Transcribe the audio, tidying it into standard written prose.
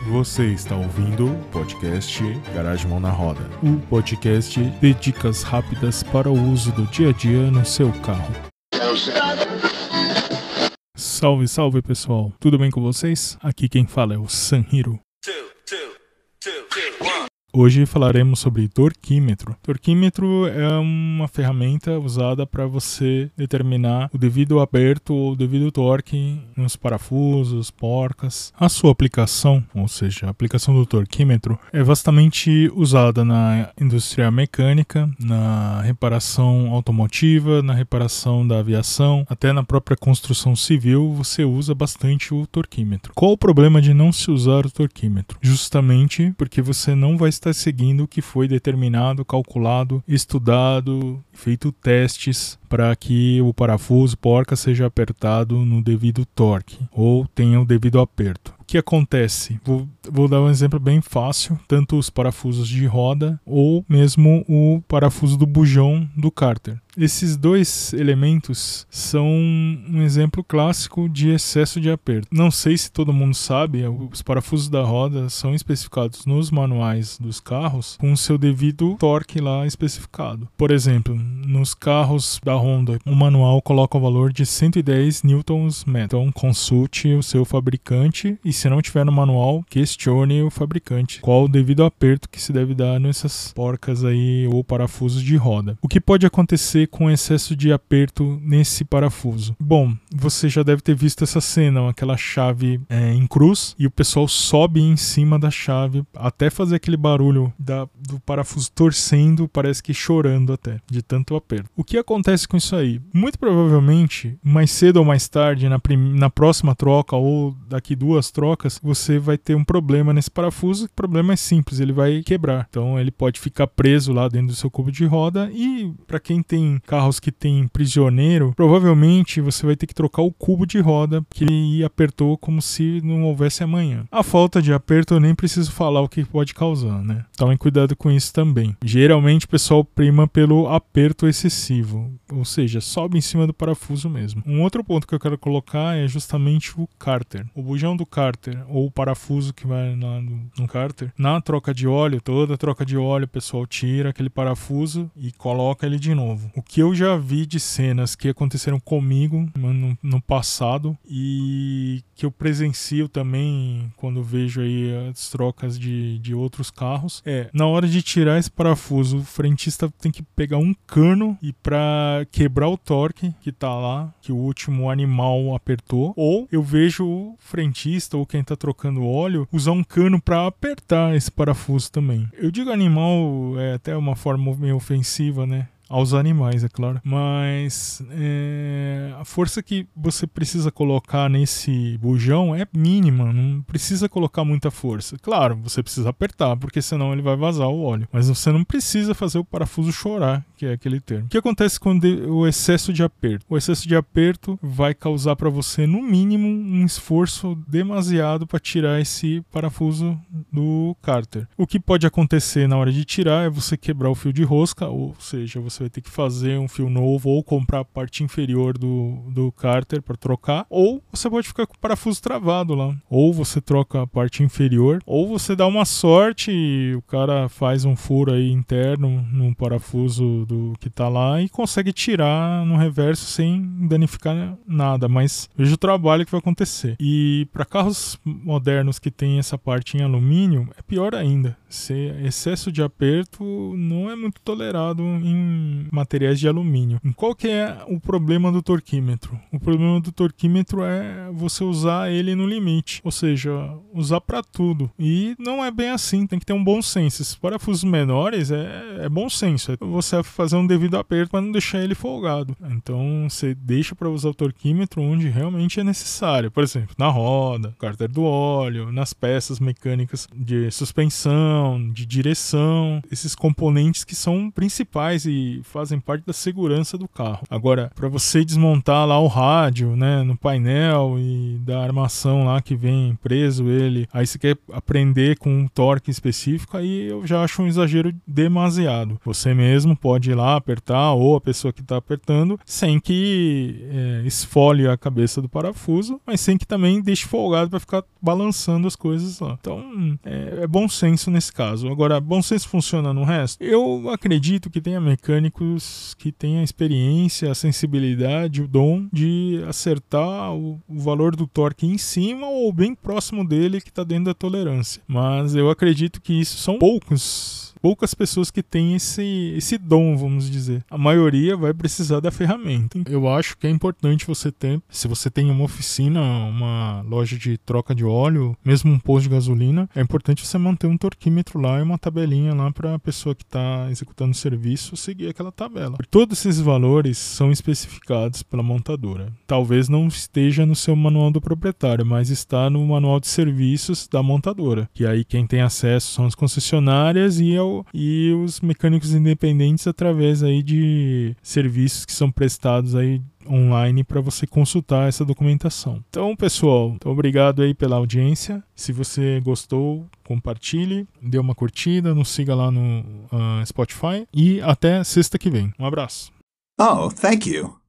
Você está ouvindo o podcast Garagem Mão na Roda, o podcast de dicas rápidas para o uso do dia a dia no seu carro. Salve, salve pessoal, tudo bem com vocês? Aqui quem fala é o Sanhiro. Hoje falaremos sobre torquímetro. Torquímetro é uma ferramenta usada para você determinar o devido aperto ou o devido torque nos parafusos, porcas. A sua aplicação, ou seja, a aplicação do torquímetro, é vastamente usada na indústria mecânica, na reparação automotiva, na reparação da aviação, até na própria construção civil você usa bastante o torquímetro. Qual o problema de não se usar o torquímetro? Justamente porque você não vai estar seguindo o que foi determinado, calculado, estudado, feito testes para que o parafuso porca seja apertado no devido torque ou tenha o devido aperto. O que acontece? Vou dar um exemplo bem fácil, tanto os parafusos de roda ou mesmo o parafuso do bujão do cárter. Esses dois elementos são um exemplo clássico de excesso de aperto. Não sei se todo mundo sabe, os parafusos da roda são especificados nos manuais dos carros com o seu devido torque lá especificado. Por exemplo, nos carros da Honda, o manual coloca o valor de 110 Nm. Então consulte o seu fabricante e se não tiver no manual, questione o fabricante qual o devido aperto que se deve dar nessas porcas aí ou parafusos de roda. O que pode acontecer com excesso de aperto nesse parafuso? Bom, você já deve ter visto essa cena, aquela chave em cruz e o pessoal sobe em cima da chave até fazer aquele barulho do parafuso torcendo, parece que chorando até, de tanto aperto. O que acontece com isso aí? Muito provavelmente, mais cedo ou mais tarde, na próxima troca ou daqui duas trocas, você vai ter um problema nesse parafuso. O problema é simples, ele vai quebrar. Então ele pode ficar preso lá dentro do seu cubo de roda e para quem tem carros que tem prisioneiro, provavelmente você vai ter que trocar o cubo de roda que ele apertou como se não houvesse amanhã. A falta de aperto eu nem preciso falar o que pode causar, né? Tomem cuidado com isso também. Geralmente o pessoal prima pelo aperto excessivo, ou seja, sobe em cima do parafuso mesmo. Um outro ponto que eu quero colocar é justamente o cárter. O bujão do cárter ou o parafuso que vai lá no cárter, na troca de óleo, toda troca de óleo o pessoal tira aquele parafuso e coloca ele de novo. O que eu já vi de cenas que aconteceram comigo no passado e que eu presencio também quando vejo aí as trocas de outros carros, na hora de tirar esse parafuso, o frentista tem que pegar um cano e para quebrar o torque que tá lá, que o último animal apertou, ou eu vejo o frentista ou quem tá trocando óleo usar um cano para apertar esse parafuso também. Eu digo animal, é até uma forma meio ofensiva, né? Aos animais, é claro. Mas a força que você precisa colocar nesse bujão é mínima, não precisa colocar muita força. Claro, você precisa apertar, porque senão ele vai vazar o óleo. Mas você não precisa fazer o parafuso chorar, que é aquele termo. O que acontece com o excesso de aperto? O excesso de aperto vai causar para você, no mínimo, um esforço demasiado para tirar esse parafuso do cárter. O que pode acontecer na hora de tirar é você quebrar o fio de rosca, ou seja, você vai ter que fazer um fio novo ou comprar a parte inferior do cárter para trocar, ou você pode ficar com o parafuso travado lá, ou você troca a parte inferior, ou você dá uma sorte e o cara faz um furo aí interno no parafuso do que tá lá e consegue tirar no reverso sem danificar nada, mas veja o trabalho que vai acontecer. E para carros modernos que tem essa parte em alumínio, é pior ainda. Excesso de aperto não é muito tolerado em materiais de alumínio. Qual que é o problema do torquímetro? O problema do torquímetro é você usar ele no limite, ou seja, usar para tudo. E não é bem assim, tem que ter um bom senso. Esses parafusos menores é bom senso, é você fazer um devido aperto para não deixar ele folgado. Então você deixa para usar o torquímetro onde realmente é necessário. Por exemplo, na roda, cárter do óleo, nas peças mecânicas de suspensão, de direção, esses componentes que são principais e que fazem parte da segurança do carro. Agora, para você desmontar lá o rádio, né, no painel e da armação lá que vem preso ele, aí você quer aprender com um torque específico, aí eu já acho um exagero demasiado. Você mesmo pode ir lá apertar, ou a pessoa que está apertando, sem que esfole a cabeça do parafuso, mas sem que também deixe folgado para ficar balançando as coisas lá. Então, é bom senso nesse caso. Agora, bom senso funciona no resto? Eu acredito que tenha mecânicos que tenham a experiência, a sensibilidade, o dom de acertar o valor do torque em cima ou bem próximo dele, que está dentro da tolerância. Mas eu acredito que isso são poucas pessoas que têm esse dom, vamos dizer. A maioria vai precisar da ferramenta. Eu acho que é importante você ter, se você tem uma oficina, uma loja de troca de óleo, mesmo um posto de gasolina, é importante você manter um torquímetro lá e uma tabelinha lá para a pessoa que está executando o serviço seguir aquela tabela. Todos esses valores são especificados pela montadora. Talvez não esteja no seu manual do proprietário, mas está no manual de serviços da montadora, que aí quem tem acesso são as concessionárias e os mecânicos independentes através aí de serviços que são prestados aí online para você consultar essa documentação. Então, pessoal, muito obrigado aí pela audiência. Se você gostou, compartilhe, dê uma curtida, nos siga lá no Spotify e até sexta que vem. Um abraço. Oh, thank you.